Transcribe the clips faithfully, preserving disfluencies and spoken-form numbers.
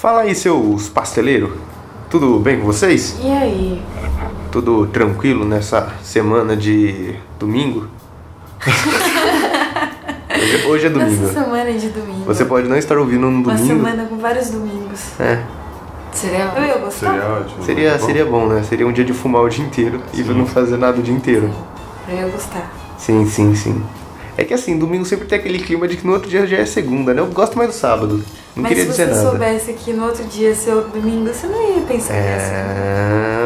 Fala aí, seus pasteleiros. Tudo bem com vocês? E aí? Tudo tranquilo nessa semana de domingo? hoje, hoje é domingo. Nessa semana de domingo. Você pode não estar ouvindo no domingo. Uma semana com vários domingos. É. Seria? Eu ia gostar. Seria ótimo. Seria, seria bom, né? Seria um dia de fumar o dia inteiro e não fazer nada o dia inteiro. Eu ia gostar. Sim, sim, sim. É que assim, domingo sempre tem aquele clima de que no outro dia já é segunda, né? Eu gosto mais do sábado. Não Mas queria se dizer você nada. soubesse que no outro dia é seu domingo, você não ia pensar É...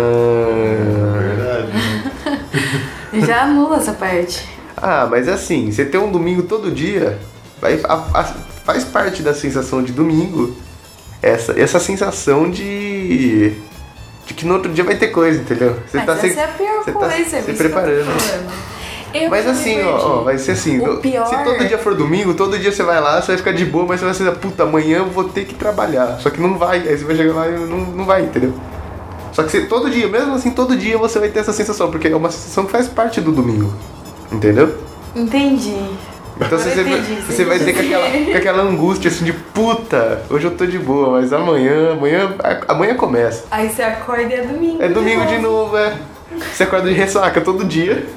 Verdade. Já anula essa parte. Ah, mas assim, você ter um domingo todo dia vai, a, a, faz parte da sensação de domingo. Essa, essa sensação de, de que no outro dia vai ter coisa, entendeu? Você Mas tá essa se, é a pior você coisa, tá é se isso que eu tô preparando. falando. Eu Mas que me assim, ó, perdi. ó, vai ser assim, O pior- se todo dia for domingo, todo dia você vai lá, você vai ficar de boa, mas você vai ser, puta, amanhã eu vou ter que trabalhar. Só que não vai, aí você vai chegar lá e não, não vai, entendeu? Só que você, todo dia, mesmo assim, todo dia você vai ter essa sensação, porque é uma sensação que faz parte do domingo, entendeu? Entendi. Então você, Eu você, entendi, você vai ter com aquela, com aquela angústia assim de puta, hoje eu tô de boa, mas amanhã, amanhã, amanhã começa. Aí você acorda e é domingo. É domingo de novo, é. Você acorda de ressaca todo dia.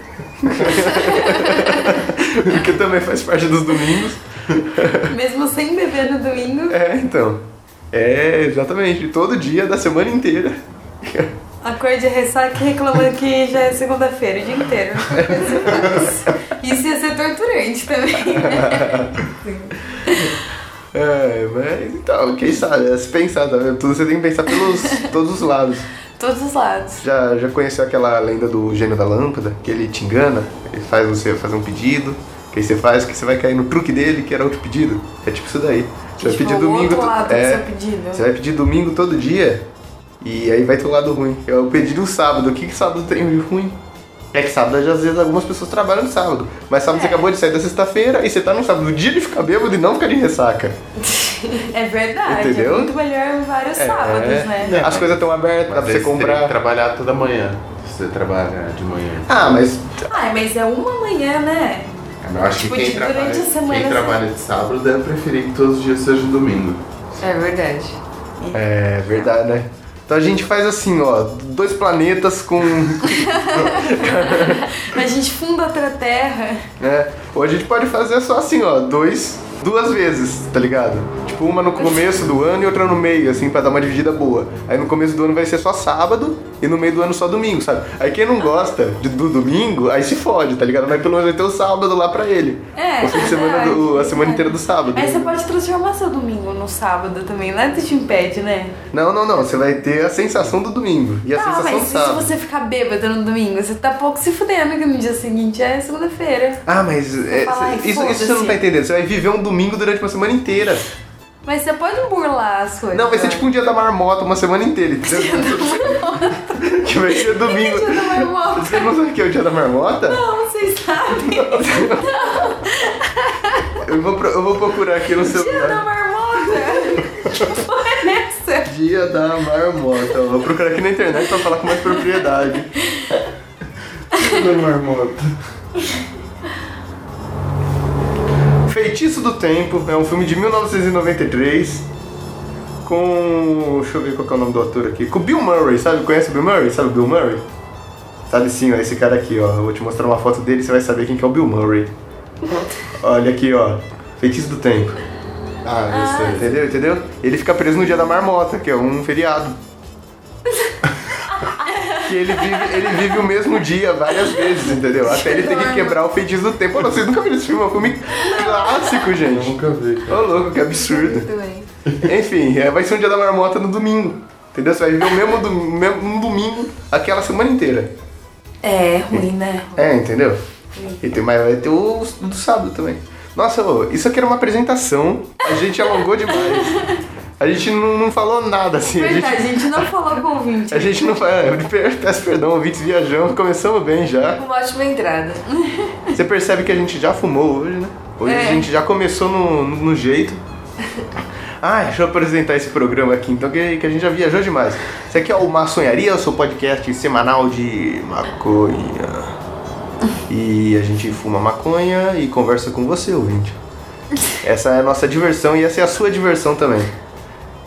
Que também faz parte dos domingos. Mesmo sem beber no domingo, É, então. É, exatamente. Todo dia da semana inteira. acorda de ressaca e reclamando que já é segunda-feira o dia inteiro. Isso ia ser torturante também, né? É, mas então, quem sabe? É se pensar, tá vendo? Tudo você tem que pensar pelos todos os lados. Todos os lados. Já, já conheceu aquela lenda do gênio da lâmpada? Que ele te engana, ele faz você fazer um pedido, que aí você faz, que você vai cair no truque dele, que era outro pedido. É tipo isso daí. Você vai Tipo, pedir o domingo. outro to- lado do é, seu pedido. Você vai pedir domingo todo dia, e aí vai ter o lado ruim. Eu pedi no sábado. O que, que sábado tem de ruim? É que sábado, às vezes, algumas pessoas trabalham no sábado. Mas sábado É. você acabou de sair da sexta-feira e você tá no sábado, no dia de ficar bêbado e não ficar de ressaca. É verdade. Entendeu? É muito melhor vários É. sábados, né? As coisas estão abertas, dá Mas pra aí você você teria que comprar. trabalhar toda manhã. Se você trabalha de manhã. Ah, mas Ai, mas é uma manhã, né? Eu acho Tipo, que quem de- durante trabalha, a semana, quem assim. trabalha de sábado deve preferir que todos os dias sejam domingo. É verdade. é verdade, né? Então a gente faz assim, ó, dois planetas com. A gente funda outra terra. né? Ou a gente pode fazer só assim, ó, dois, duas vezes, tá ligado? Tipo, uma no começo do ano e outra no meio, assim, pra dar uma dividida boa. Aí no começo do ano vai ser só sábado e no meio do ano só domingo, sabe? Aí quem não gosta de- do domingo, aí se fode, tá ligado? Mas pelo menos vai ter o sábado lá pra ele. É, O fim de semana, verdade, do, a semana verdade. inteira do sábado. Aí você pode transformar seu domingo no sábado também. Nada te impede, né? Não, não, não. Você vai ter a sensação do domingo e a Ah, sensação mas do e se sábado. você ficar bêbado no domingo? Você tá pouco se fudendo que no dia seguinte é segunda-feira. Ah, mas é, falar, "Ai, isso, isso você não foda-se." tá entendendo. Você vai viver um domingo durante uma semana inteira. Mas você pode burlar as coisas. Não, vai ser né? tipo um dia da marmota uma semana inteira, entendeu? Que vai ser domingo. Dia da marmota. Você não sabe o que é o dia da marmota? Não, vocês sabem. Eu vou, pro- eu vou procurar aqui no Dia da celular. marmota. Que porra é essa? Dia da marmota. Eu vou procurar aqui na internet pra falar com mais propriedade. Tudo marmota. Feitiço do Tempo é um filme de mil novecentos e noventa e três com... deixa eu ver qual que é o nome do ator aqui. Com o Bill Murray, sabe? Conhece o Bill Murray? Sabe o Bill Murray? Sabe sim, ó, esse cara aqui, ó. Eu vou te mostrar uma foto dele e você vai saber quem que é o Bill Murray. Olha aqui, ó. Feitiço do Tempo. Ah, eu sei. Entendeu? Entendeu? Ele fica preso no dia da marmota, que é um feriado. Que ele vive, ele vive o mesmo dia várias vezes, entendeu? Até ele ter que quebrar o feitiço do tempo. Ô, vocês nunca viram esse filme? É um filme clássico, Eu gente. nunca vi, Ô, cara. louco, que absurdo. Muito bem. Enfim, é, vai ser um dia da marmota no domingo. Entendeu? Você vai viver o mesmo, do, mesmo um domingo aquela semana inteira. É ruim, né? É, entendeu? E tem, mas vai ter o do sábado também. Nossa, ô, isso aqui era uma apresentação. A gente alongou demais. A gente não, não falou nada, assim. A Verdade, gente, a gente não falou com o ouvinte. a gente não fala. Peço perdão, ouvintes viajamos. Começamos bem já. Uma ótima entrada. Você percebe que a gente já fumou hoje, né? Hoje É. a gente já começou no, no, no jeito. Ah, deixa eu apresentar esse programa aqui, então, que, que a gente já viajou demais. Esse aqui é o Maçonharia, o seu podcast semanal de maconha. E a gente fuma maconha e conversa com você, ouvinte. Essa é a nossa diversão e essa é a sua diversão também.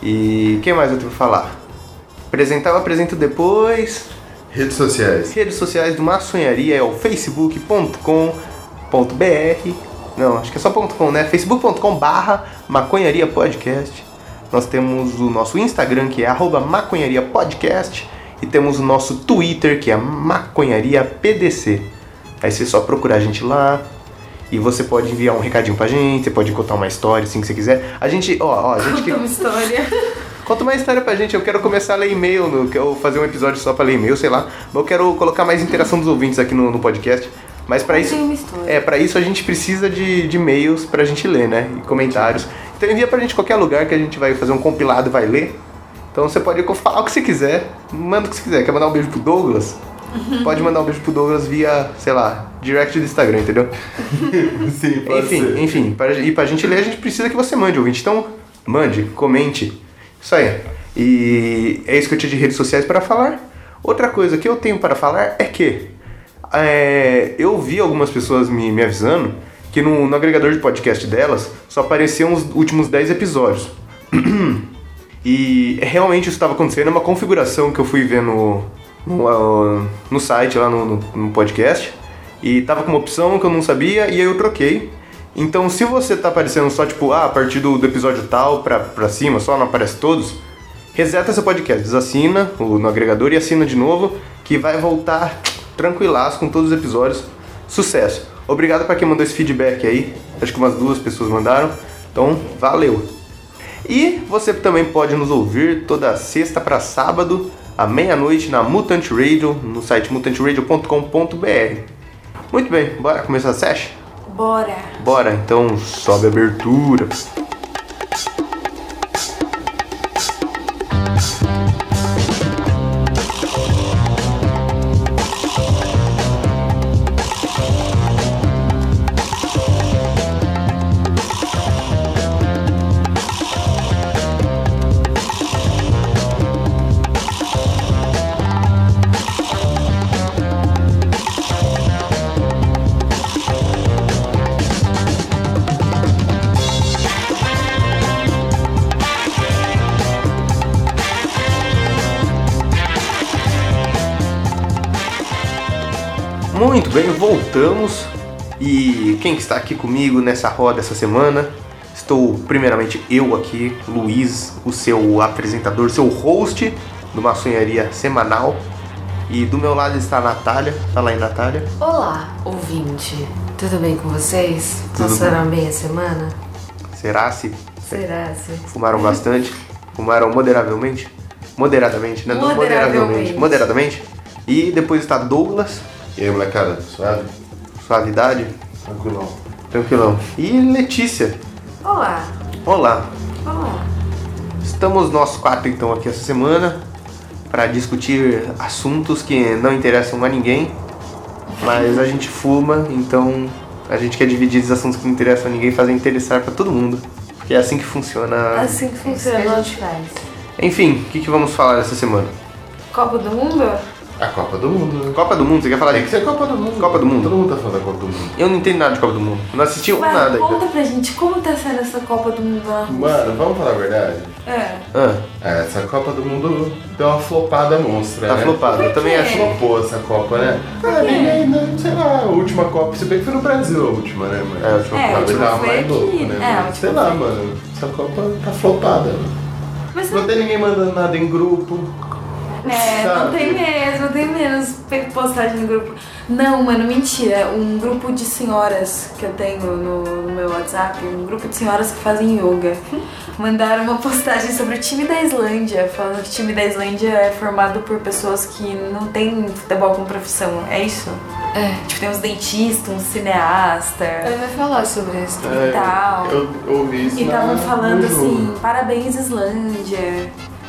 E quem mais eu tenho que falar? Apresentar eu apresento depois. Redes sociais. Redes sociais do Maçonharia é o facebook ponto com ponto b r. Não, acho que é só .com, né? facebook ponto com barra maconharia podcast. Nós temos o nosso Instagram, que é arroba maconharia podcast. E temos o nosso Twitter, que é maconharia p d c. Aí você só procura a gente lá. E você pode enviar um recadinho pra gente. Você pode contar uma história, assim, que você quiser. A gente, ó, ó, a gente... Conta uma história. Conta uma história pra gente. Eu quero começar a ler e-mail, no, quero fazer um episódio só pra ler e-mail, sei lá. Mas eu quero colocar mais interação dos ouvintes aqui no, no podcast. Mas pra isso, uma história. é, pra isso a gente precisa de, de e-mails pra gente ler, né? E comentários. Então envia pra gente qualquer lugar que a gente vai fazer um compilado e vai ler. Então você pode falar o que você quiser, manda o que você quiser. Quer mandar um beijo pro Douglas? Uhum. Pode mandar um beijo pro Douglas via, sei lá, direct do Instagram, entendeu? Sim, pode enfim, ser. enfim, pra, e pra gente ler a gente precisa que você mande, ouvinte. Então, mande, comente. Isso aí. E é isso que eu tinha de redes sociais para falar. Outra coisa que eu tenho para falar é que é, eu vi algumas pessoas me, me avisando que no, no agregador de podcast delas só apareciam os últimos dez episódios. E realmente isso estava acontecendo, é uma configuração que eu fui ver no, no, no site, lá no, no, no podcast, e tava com uma opção que eu não sabia, e aí eu troquei. Então se você tá aparecendo só tipo, ah, a partir do, do episódio tal pra, pra cima, só não aparece todos, reseta seu podcast, desassina o, no agregador e assina de novo, que vai voltar tranquilaço com todos os episódios. Sucesso! Obrigado pra quem mandou esse feedback aí, acho que umas duas pessoas mandaram, então valeu! E você também pode nos ouvir toda sexta para sábado, à meia-noite, na Mutant Radio, no site mutant radio ponto com ponto b r. Muito bem, bora começar a session? Bora. Bora, então sobe a abertura. Muito bem, voltamos. E quem que está aqui comigo nessa roda essa semana? Estou primeiramente eu aqui, Luiz, o seu apresentador, seu host do Maçonharia Semanal. E do meu lado está a Natália. Fala aí, Natália. Olá, ouvinte. Tudo bem com vocês? Tudo Passaram bem a semana? Será se Será se? fumaram bastante? Fumaram moderavelmente? Moderadamente, né? Não Moderavelmente. Moderadamente. E depois está Douglas, E aí, molecada, suave? suavidade, Tranquilão. tranquilão. E Letícia. Olá. Olá. Olá. Estamos nós quatro então aqui essa semana para discutir assuntos que não interessam a ninguém, mas a gente fuma, então a gente quer dividir esses assuntos que não interessam a ninguém e fazer interessar para todo mundo, porque é assim que funciona. Assim que Isso que a funciona. gente faz. Enfim, o que, que vamos falar essa semana? Copa do Mundo? A Copa do Mundo, né? Copa do Mundo, você quer falar Tem que disso? ser Copa do Mundo. Copa do Mundo. Todo mundo tá falando da Copa do Mundo. Eu não entendo nada de Copa do Mundo, eu não assisti um Vai, nada conta ainda. pra gente como tá sendo essa Copa do Mundo lá. Mano, vamos falar a verdade? É. Ah, É, essa Copa do Mundo deu uma flopada monstra, tá né? flopado, eu também quê? acho. Flopou essa Copa, né? Ah, ninguém, né? Sei lá, a última Copa, se bem que foi no Brasil a última, né, mano? É, a última É, a Copa. última Tava foi mais aqui, louco, né? é, a mano? última Sei lá, foi. mano. Essa Copa tá flopada. Mas Não tem ninguém mandando nada em grupo. É, não Sabe? tem mesmo, tem menos postagem no grupo. Não, mano, mentira. Um grupo de senhoras que eu tenho no, no meu WhatsApp, um grupo de senhoras que fazem yoga, mandaram uma postagem sobre o time da Islândia, falando que o time da Islândia é formado por pessoas que não têm futebol como profissão. É isso? É. Tipo, tem uns dentistas, uns cineastas Eu ia falar sobre isso. É, e tal. Eu ouvi isso E na- estavam falando no jogo. assim, parabéns Islândia.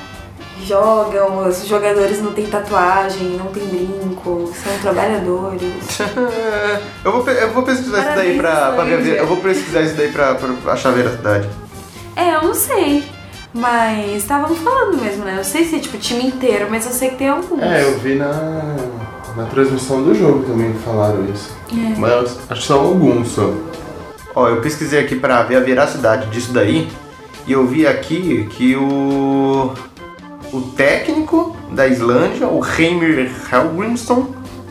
Jogam, os jogadores não têm tatuagem, não tem brinco, são trabalhadores. eu, vou, pe- eu vou pesquisar isso daí pra, pra ver. a ver- Eu vou pesquisar isso daí pra, pra achar a veracidade. É, eu não sei. Mas estavam falando mesmo, né? Eu sei se é tipo time inteiro, mas eu sei que tem alguns. É, eu vi na, na transmissão do jogo também falaram isso. É. Mas acho que são alguns só. Ó, eu pesquisei aqui pra ver a veracidade disso daí. E eu vi aqui que o, o técnico da Islândia, o Heimir Hallgrímsson,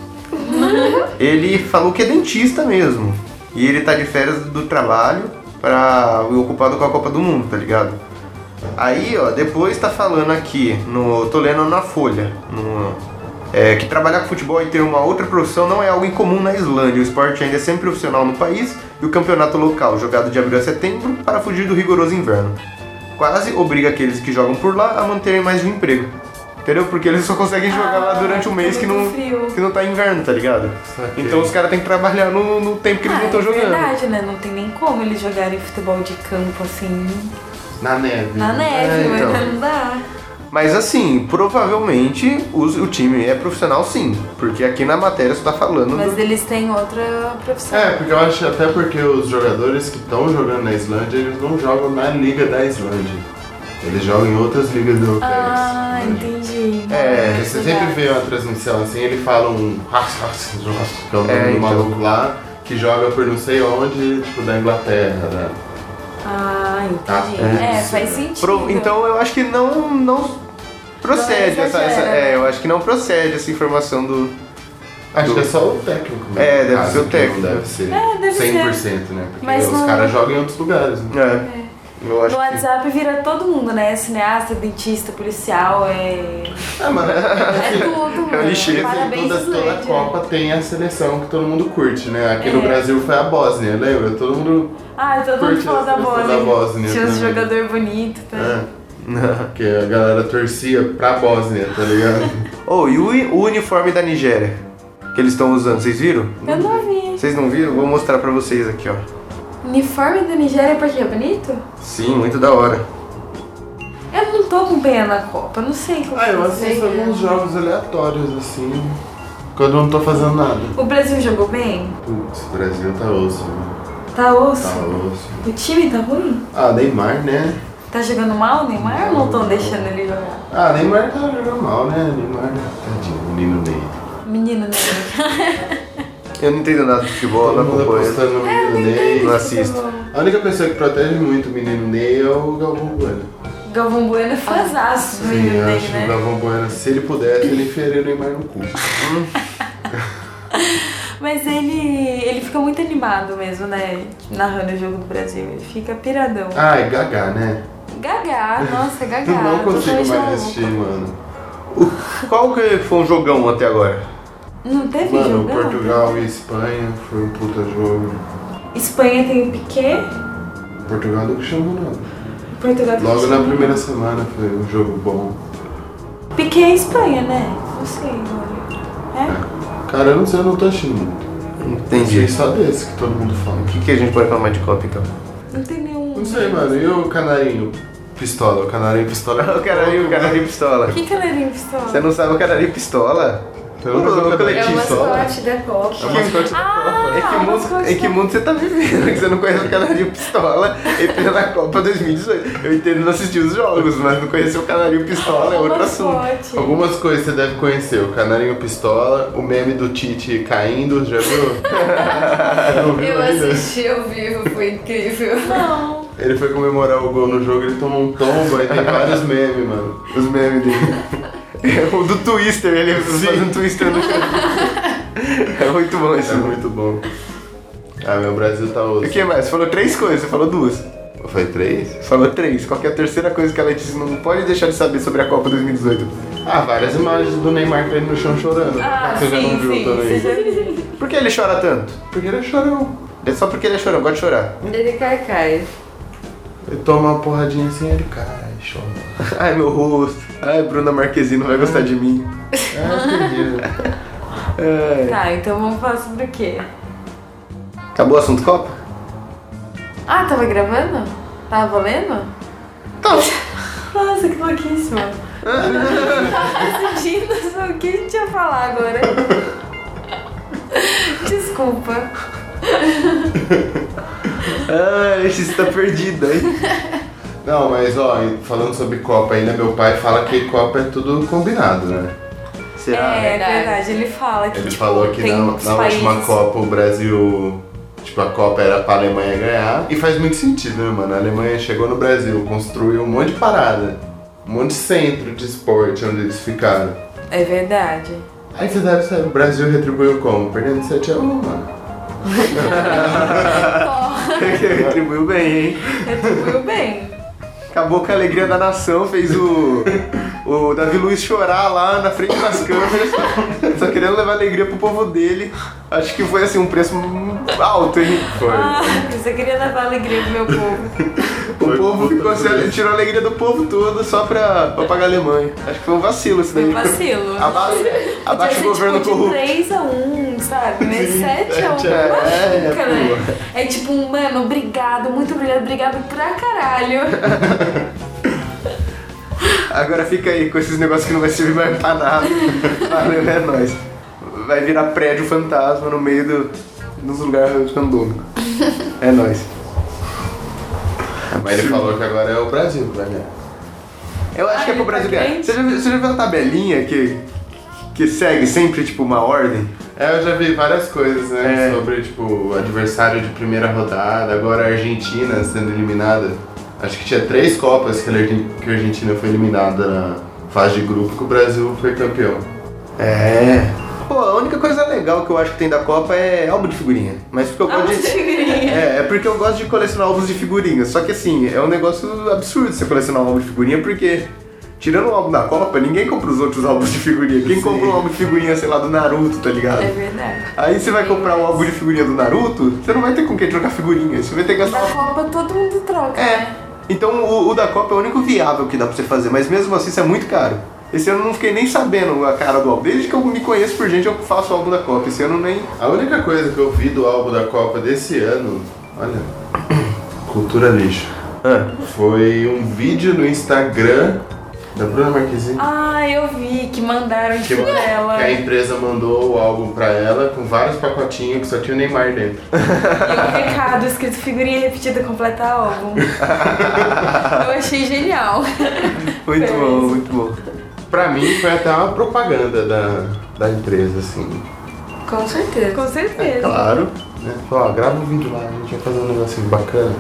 ele falou que é dentista mesmo. E ele tá de férias do trabalho pra ocupado com a Copa do Mundo, tá ligado? Aí, ó, depois tá falando aqui, no, tô lendo na Folha, no, é, que trabalhar com futebol e ter uma outra profissão não é algo incomum na Islândia. O esporte ainda é sempre profissional no país e o campeonato local, jogado de abril a setembro, para fugir do rigoroso inverno. Quase obriga aqueles que jogam por lá a manterem mais de um emprego. Entendeu? Porque eles só conseguem jogar Ah, lá durante um mês tá que muito não, frio. que não tá inverno, tá ligado? Saquei. Então os caras têm que trabalhar no, no tempo que eles Ah, não estão é jogando. verdade, né? Não tem nem como eles jogarem futebol de campo assim, Na neve. na né? neve, É, mas então. não dá. Mas assim, provavelmente os- o time é profissional sim, porque aqui na matéria você tá falando Mas do... eles têm outra profissão. É, porque eu acho até porque os jogadores que estão jogando na Islândia, eles não jogam na Liga da Islândia. Eles jogam em outras ligas europeias. Ah, né? entendi. É, Não, você não sempre dá. vê uma transmissão assim, ele fala um que é o nome É, do então. maluco lá, que joga por não sei onde, tipo da Inglaterra, né? Ah, entendi. Ah, é, isso, faz né? sentido. Pro- Então eu acho que não, não procede Não essa, essa- exagera, é, né? eu acho que não procede essa informação do... Acho Do- que é só o técnico mesmo. É, no deve caso, ser o que técnico. Não deve ser É, deve cem por cento, né? Porque Mas os não- caras jogam em outros lugares, né? É, eu acho No que... WhatsApp vira todo mundo, né? Cineasta, dentista, policial, é. Ah, mas É tudo, mano. lixeiro. Parabéns, toda, toda Islândia. Copa tem a seleção que todo mundo curte, né? Aqui É. no Brasil foi a Bósnia, lembra? Todo mundo. Ah, todo mundo Curte falou a da seleção Bósnia. da Bósnia Tinha uns também. jogador bonito, tá? É, que a galera torcia pra Bósnia, tá ligado? Oh, e o, uni- o uniforme da Nigéria que eles estão usando, vocês viram? Eu não vi. Vocês não viram? Vou mostrar pra vocês aqui, ó. Uniforme da Nigéria porque é bonito? Sim, muito da hora. Eu não tô acompanhando a Copa, eu não sei como Ah, eu que assisto vai ser. alguns jogos aleatórios, assim, quando eu não tô fazendo nada. O Brasil jogou bem? Putz, o Brasil tá osso, né? Tá osso? Tá osso. O time tá ruim? Ah, Neymar, né? Tá jogando mal o Neymar ou não estão deixando ele jogar? Ah, Neymar tá jogando mal, né? Neymar, tadinho, menino Ney. Menino Ney. Eu não entendo nada de futebol, não Todo mundo acompanho. apostando no É, menino Ney. Não assisto. A única pessoa que protege muito o menino Ney é o Galvão Bueno. Galvão Bueno é fãzaço do Sim, menino eu Ney, acho que o né? Galvão Bueno, se ele pudesse, ele enfiaria o Neymar no cu. Mas ele, ele fica muito animado mesmo, né? Narrando o jogo do Brasil. Ele fica piradão. Ah, é Gagá, né? Gagá, nossa, Gagá. Não consigo totalmente mais maluco. assistir, mano. Qual que foi um jogão até agora? Não teve Mano, jogão? Portugal e Espanha foi um puta jogo. Espanha tem o Piqué. Portugal do Cristiano Ronaldo. Portugal tem Logo na Cristiano primeira semana foi um jogo bom. Ronaldo. Piqué é Espanha, né? Não sei agora. É? Cara, eu não sei, eu não tô assistindo muito. Entendi. Sei só desse que todo mundo fala. O que, que a gente pode falar de Copa, então? Não tem nenhum. Não sei, mano. E o Canarinho Pistola? O Canarinho Pistola. O canarinho, o canarinho pistola. O que que ela é pistola? Você não sabe o canarinho pistola? Você nunca Ô, viu o louco, Canarinho É o Pistola? mascote da Copa. É o mascote da Ah, Em que, mas mundo, qual em que é? mundo você tá vivendo? Que você não conhece o Canarinho Pistola e pela Copa dois mil e dezoito. Eu entendo não assistir os jogos, mas não conhecer o Canarinho Pistola é O outro assunto. mascote. Algumas coisas você deve conhecer. O Canarinho Pistola, o meme do Tite caindo, já viu? Já não viu Eu ainda? assisti ao vivo, foi incrível. Não. Ele foi comemorar o gol no jogo, ele tomou um tombo, aí tem vários memes, mano. Os memes dele. O do Twister, ele faz um Twister no chão. É muito bom É isso. muito bom. Ah, meu Brasil tá osso. O que mais? Você falou três coisas, você falou duas. Foi três? Você falou três. Qual que é a terceira coisa que a Letícia não pode deixar de saber sobre a Copa dois mil e dezoito? Ah, várias imagens do Neymar caindo no chão chorando. Ah, você sim, já não viu sim, também? você já viu. Por que ele chora tanto? Porque ele é chorão. É só porque ele é chorão, gosta de chorar. Ele cai, cai. Ele toma uma porradinha assim, ele cai, chora. Ai, meu rosto. Ai, Bruna Marquezine vai gostar de mim. É terrível. Ai. Tá, então vamos falar sobre o quê? Acabou o assunto Copa? Ah, tava gravando? Tava valendo? Tá. Nossa, que louquíssimo. Tava sentindo só o que a gente ia falar agora. Desculpa. Ai, você tá perdida, hein? Não, mas ó, falando sobre Copa ainda, meu pai fala que Copa é tudo combinado, né? Será? É, é Verdade. verdade, ele fala que Ele tipo, falou que tem na, muitos na países. última Copa o Brasil Tipo, a Copa era pra Alemanha ganhar. E faz muito sentido, né, mano? A Alemanha chegou no Brasil, construiu um monte de parada, um monte de centro de esporte onde eles ficaram. É verdade. Aí fizeram isso aí, o Brasil retribuiu como? Perdendo sete a um, mano. Retribuiu bem, hein? Retribuiu bem. Acabou com a alegria da nação, fez o, o Davi Luiz chorar lá na frente das câmeras, só querendo levar alegria pro povo dele. Acho que foi assim, um preço alto, hein? Foi. Ah, você queria levar alegria pro meu povo. O Foi povo puta ficou assim, preço. ele tirou a alegria do povo todo só pra, pra pagar a Alemanha. Acho que foi um vacilo isso daí. Foi vacilo. Abaixa, abaixa o governo tipo, de corrupto. três a um, sabe? Mas sete a um. sete a um. É, Machuca, é, né? É tipo, mano, obrigado, muito obrigado, obrigado pra caralho. Agora fica aí com esses negócios que não vai servir mais pra nada. Valeu, é nóis. Vai virar prédio fantasma no meio do, dos lugares randômicos. É nóis. Mas ele falou que agora é o Brasil que vai ganhar. Eu acho Ah, que é pro ele tá Brasil ganhar. crente? Você já, viu, você já viu a tabelinha que, que segue sempre, tipo, uma ordem? É, eu já vi várias coisas, né? É. Sobre, tipo, o adversário de primeira rodada, agora a Argentina sendo eliminada. Acho que tinha três Copas que a Argen- que a Argentina foi eliminada na fase de grupo, que o Brasil foi campeão. É. Pô, a única coisa legal que eu acho que tem da Copa é álbum de figurinha. Mas porque eu gosto Álbum de... de figurinha. É, é porque eu gosto de colecionar álbuns de figurinha. Só que assim, é um negócio absurdo você colecionar um álbum de figurinha, porque tirando o álbum da Copa, ninguém compra os outros álbuns de figurinha. Quem Sim. compra um álbum de figurinha, sei lá, do Naruto, tá ligado? É verdade. Aí você vai comprar um álbum de figurinha do Naruto, você não vai ter com quem trocar figurinha. Você vai ter que Da gastar uma... Copa todo mundo troca, É. né? Então o, o da Copa é o único viável que dá pra você fazer, mas mesmo assim isso é muito caro. Esse ano eu não fiquei nem sabendo a cara do álbum. Desde que eu me conheço por gente, eu faço o álbum da Copa. Esse ano nem... A única coisa que eu vi do álbum da Copa desse ano, olha, cultura lixo, Ah. foi um vídeo no Instagram da Bruna Marquezine. Ah, eu vi que mandaram Que, tipo ela. que a empresa mandou o álbum pra ela com vários pacotinhos que só tinha o Neymar dentro. E um recado escrito figurinha repetida completa álbum. Eu achei genial. Muito Foi bom, isso. muito bom. Pra mim foi até uma propaganda da, da empresa, assim. Com certeza. Com certeza. Claro. Né? Falou, ó, grava um vídeo lá, a gente vai fazer um negocinho bacana.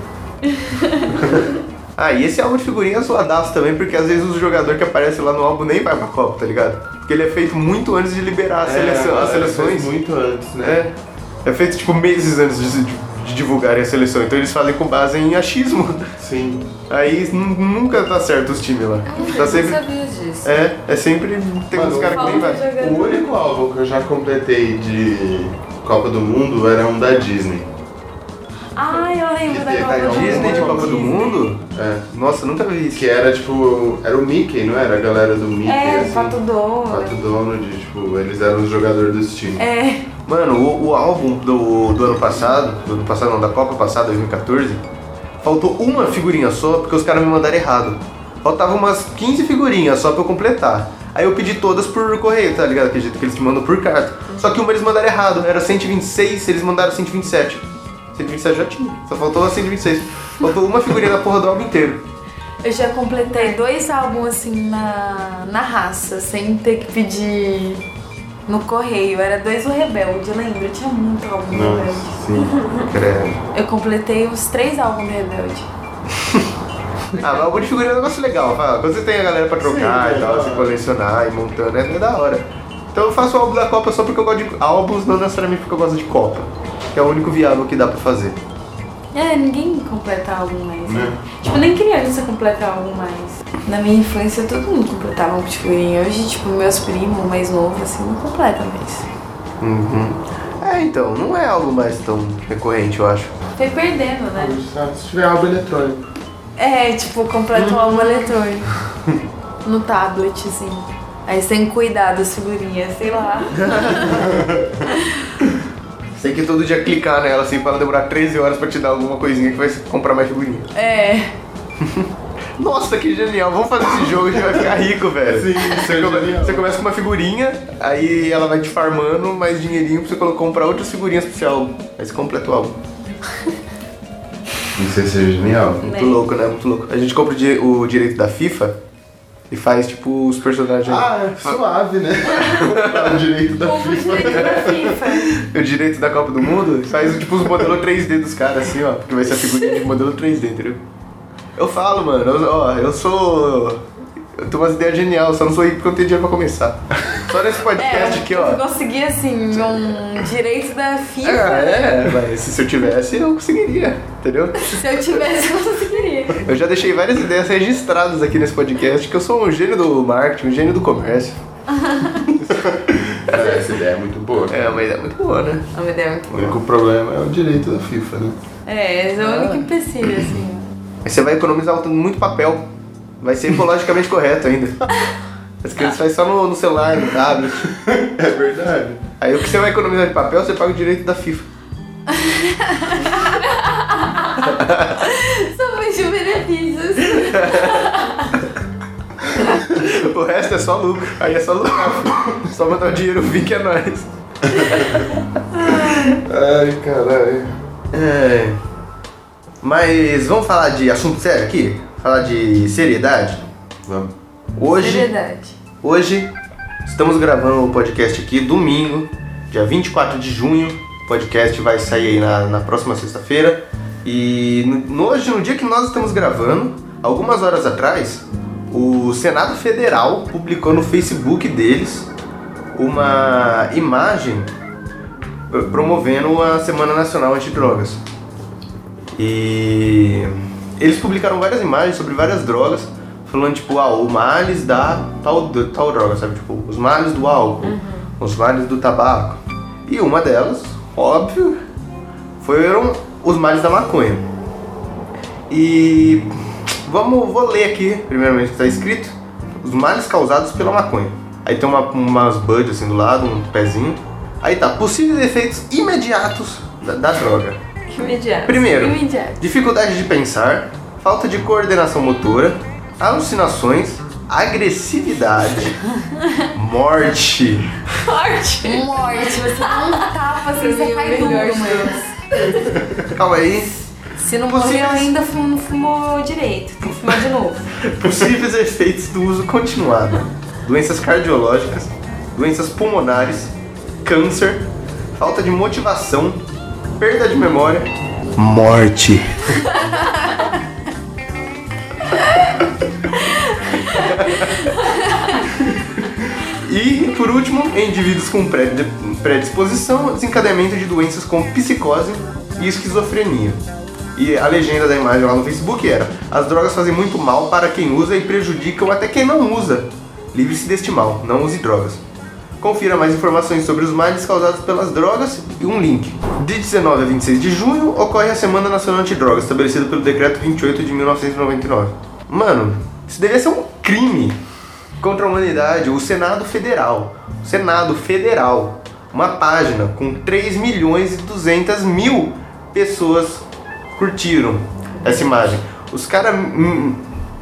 Ah, e esse álbum de figurinha é zoadaço também, porque às vezes o jogador que aparece lá no álbum nem vai pra Copa, tá ligado? Porque ele é feito muito antes de liberar a seleção, as É, seleções. fez muito antes, né? É, é feito tipo meses antes de, de, de divulgarem a seleção, então eles fazem com base em achismo. Sim. Aí nu- nunca tá certo os times lá. Eu Tá não sempre. sabia disso. É, é sempre. Tem uns Mano, caras que nem falta vai. jogador. O único álbum que eu já completei de Copa do Mundo era um da Disney. Ah, eu lembro da Que Copa tem do Mundo. Disney de Copa do Mundo? É. Nossa, nunca vi isso. Que era tipo. Era o Mickey, não era? A galera do Mickey, É, assim. Pato Donald. Pato Donald, tipo, eles eram os jogadores dos times. É. Mano, o, o álbum do, do ano passado, do ano passado não, da Copa passada, dois mil e quatorze, faltou uma figurinha só porque os caras me mandaram errado. Faltava umas quinze figurinhas só pra eu completar. Aí eu pedi todas por correio, tá ligado? Acredito que eles me mandam por carta. Só que uma eles mandaram errado, era cento e vinte e seis, eles mandaram cento e vinte e sete. cento e vinte e sete já tinha, só faltou a cento e vinte e seis. Faltou uma figurinha da porra do álbum inteiro. Eu já completei dois álbuns assim na, na raça, sem ter que pedir no correio. Era dois do Rebelde, eu lembro, tinha muito álbum do Nossa, Rebelde. sim. Credo. Eu completei os três álbuns do Rebelde. Ah, mas álbum de figurinha é um negócio legal, fala. Quando você tem a galera pra trocar Sim, e tal, é assim, da colecionar e montando, é, é da hora. Então eu faço o álbum da Copa só porque eu gosto de álbuns, não necessariamente porque eu gosto de Copa. Que é o único viável que dá pra fazer. É, ninguém completa álbum mais. Né? Né? Tipo, nem criança completa álbum mais. Na minha infância todo mundo completava álbum de figurinha. Hoje, tipo, meus primos mais novos assim não completam mais. Uhum. É, então, não é algo mais tão recorrente, eu acho. Foi perdendo, né? Só se tiver álbum eletrônico. É, tipo, completa um álbum eletrônico. No tablet, assim. Aí sem cuidar das figurinhas, sei lá. Tem que todo dia clicar nela assim pra ela demorar treze horas pra te dar alguma coisinha que vai comprar mais figurinha. É. Nossa, que genial, vamos fazer esse jogo, a gente vai ficar rico, velho. Sim, isso Você, é come- genial. você começa com uma figurinha, aí ela vai te farmando mais dinheirinho pra você colo- comprar outras figurinhas pro seu álbum. Aí você completa o álbum. Isso ia ser genial. Muito Né? louco, né? Muito louco. A gente compra o, di- o direito da FIFA E faz, tipo, os personagens... Ah, é suave, né? O direito da Como o FIFA. direito da FIFA. O direito da Copa do Mundo, faz, tipo, os modelos três D dos caras, assim, ó. Porque vai ser a figurinha de modelo três D, entendeu? Eu falo, mano, eu, ó, eu sou... Eu tenho umas ideias geniais, só não sou rico porque eu não tenho dinheiro pra começar. Só nesse podcast É, aqui, ó. eu consegui, assim, um direito da FIFA. Ah, é, mas se eu tivesse, eu conseguiria, entendeu? Se eu tivesse, eu conseguiria. Eu já deixei várias ideias registradas aqui nesse podcast, que eu sou um gênio do marketing, um gênio do comércio. É, essa ideia é muito boa. É, uma ideia muito boa, né? É uma ideia muito O boa. único problema é o direito da FIFA, né? É, esse é o único empecilho, assim. Aí você vai economizar muito papel. Vai ser ecologicamente correto ainda. As crianças fazem só no, no celular, no tablet. É verdade. Aí o que você vai economizar de papel, você paga o direito da FIFA. Só vejo benefícios. O resto é só lucro. Aí é só lucro. Só mandar o dinheiro vir que é nóis. Ai, caralho. É. Mas vamos falar de assunto sério aqui? Falar de seriedade? Vamos. Hoje, Seriedade. hoje estamos gravando o podcast aqui domingo, dia vinte e quatro de junho. O podcast vai sair aí na, na próxima sexta-feira. E no, hoje, no dia que nós estamos gravando, algumas horas atrás, o Senado Federal publicou no Facebook deles uma imagem promovendo a Semana Nacional Antidrogas. E eles publicaram várias imagens sobre várias drogas, falando tipo, ah, o males da tal, tal droga, sabe? Tipo, os males do álcool, uhum. os males do tabaco. E uma delas, óbvio, foram os males da maconha. E vamos, vou ler aqui, primeiramente, o que está escrito: os males causados pela maconha. Aí tem uma, umas buds assim do lado, um pezinho. Aí tá, possíveis efeitos imediatos da, da droga. Imediato. Primeiro, Imediato. dificuldade de pensar, falta de coordenação motora, alucinações, agressividade, morte. Morte. Morte. Você dá um tapa assim, você cai duro, mano. Calma aí. Se não morreu ainda, não fumou direito. Tem que fumar de novo. Possíveis efeitos do uso continuado: doenças cardiológicas, doenças pulmonares, câncer, falta de motivação, perda de memória, morte. E, por último, em indivíduos com predisposição, desencadeamento de doenças como psicose e esquizofrenia. E a legenda da imagem lá no Facebook era: as drogas fazem muito mal para quem usa e prejudicam até quem não usa. Livre-se deste mal, não use drogas. Confira mais informações sobre os males causados pelas drogas e um link. De dezenove a vinte e seis de junho ocorre a Semana Nacional Antidrogas, estabelecida pelo Decreto vinte e oito de mil novecentos e noventa e nove. Mano, isso deveria ser um crime contra a humanidade. O Senado Federal, o Senado Federal, uma página com três milhões e duzentas mil pessoas curtiram essa imagem. Os caras hum,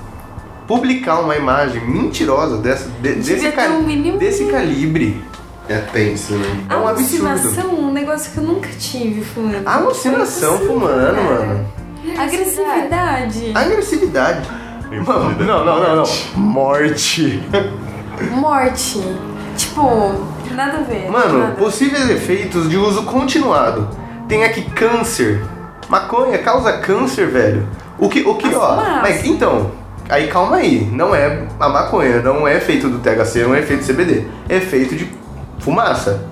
publicar uma imagem mentirosa dessa, de, desse, ca, um mínimo... desse calibre é tenso, né? É um absurdo. Alucinação, um negócio que eu nunca tive fumando. Alucinação fumando, cara. Mano. Agressividade. Agressividade. Mano, não, não, não, não. Morte. Morte. Tipo, nada a ver. Mano, nada. Possíveis efeitos de uso continuado. Tem aqui câncer. Maconha causa câncer, velho. O que, o que, ó. Mas então, aí calma aí. Não é a maconha, não é feito do T H C, não é feito do C B D. É feito de fumaça.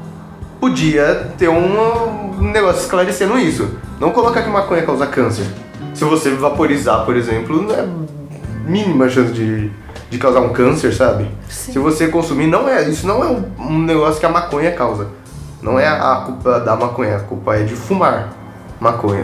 Podia ter um negócio esclarecendo isso. Não colocar que maconha causa câncer. Se você vaporizar, por exemplo, não é mínima chance de, de causar um câncer, sabe? Sim. Se você consumir, não é, isso não é um, um negócio que a maconha causa. Não é a, a culpa da maconha, a culpa é de fumar maconha.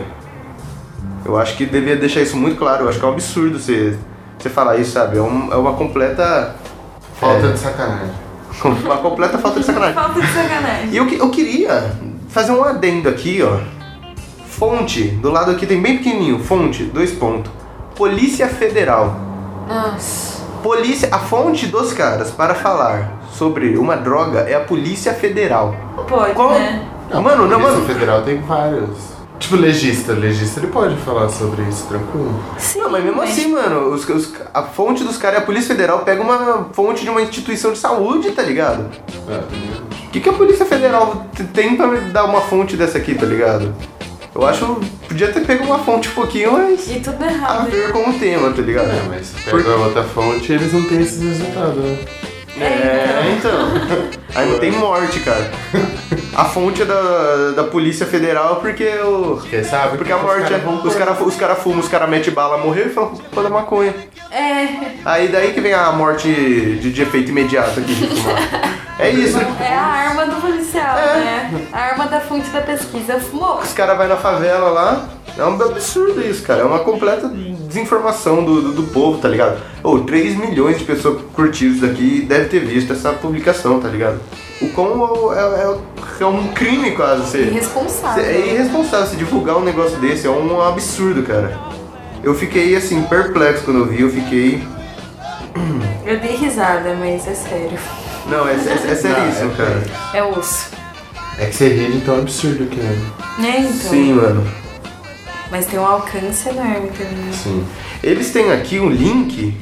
Eu acho que devia deixar isso muito claro. Eu acho que é um absurdo você, você falar isso, sabe? É, um, é uma completa... Falta é, de sacanagem. Uma completa falta de sacanagem. Falta de sacanagem. E eu, eu queria fazer um adendo aqui, ó. Fonte, do lado aqui tem bem pequenininho. Fonte, dois pontos. Polícia Federal. Nossa. Polícia, a fonte dos caras para falar sobre uma droga é a Polícia Federal. Pode, Qual? né? Não, mano, não, a Polícia mano. Federal tem vários. Tipo, legista, legista ele pode falar sobre isso tranquilo. Sim, Não, mas mesmo assim, mano, os, os- a fonte dos caras é a Polícia Federal pega uma fonte de uma instituição de saúde, tá ligado? É, também. O que, que a Polícia Federal t- tem pra me dar uma fonte dessa aqui, tá ligado? Eu acho podia ter pego uma fonte um pouquinho mais E tudo a errado. ver com o tema, tá ligado? É, mas se pega a outra fonte, eles não têm esses resultados, né? É, então. Aí não tem morte, cara. A fonte é da, da Polícia Federal porque o. Porque sabe? Porque a morte é. Os caras os cara fumam, os caras metem bala, morreu e falam, pô, da maconha. É, Aí daí que vem a morte de, de efeito imediato aqui de fumar. É isso. é a arma do policial, É. né? A arma da fonte da pesquisa. Fumou. Os caras vão na favela lá. É um absurdo isso, cara. É uma completa desinformação do, do, do povo, tá ligado? Ô, três milhões de pessoas curtiram isso daqui deve ter visto essa publicação, tá ligado? O quão é, é, é um crime quase. Você, Irresponsável. É irresponsável se divulgar um negócio desse. É um absurdo, cara. Eu fiquei, assim, perplexo quando eu vi. Eu fiquei... Eu dei risada, mas é sério. Não, é, é, é seríssimo, Não, é cara. É osso. É que você ri de tão absurdo que é. É, então. Sim, mano. Mas tem um alcance enorme também. Sim. Eles têm aqui um link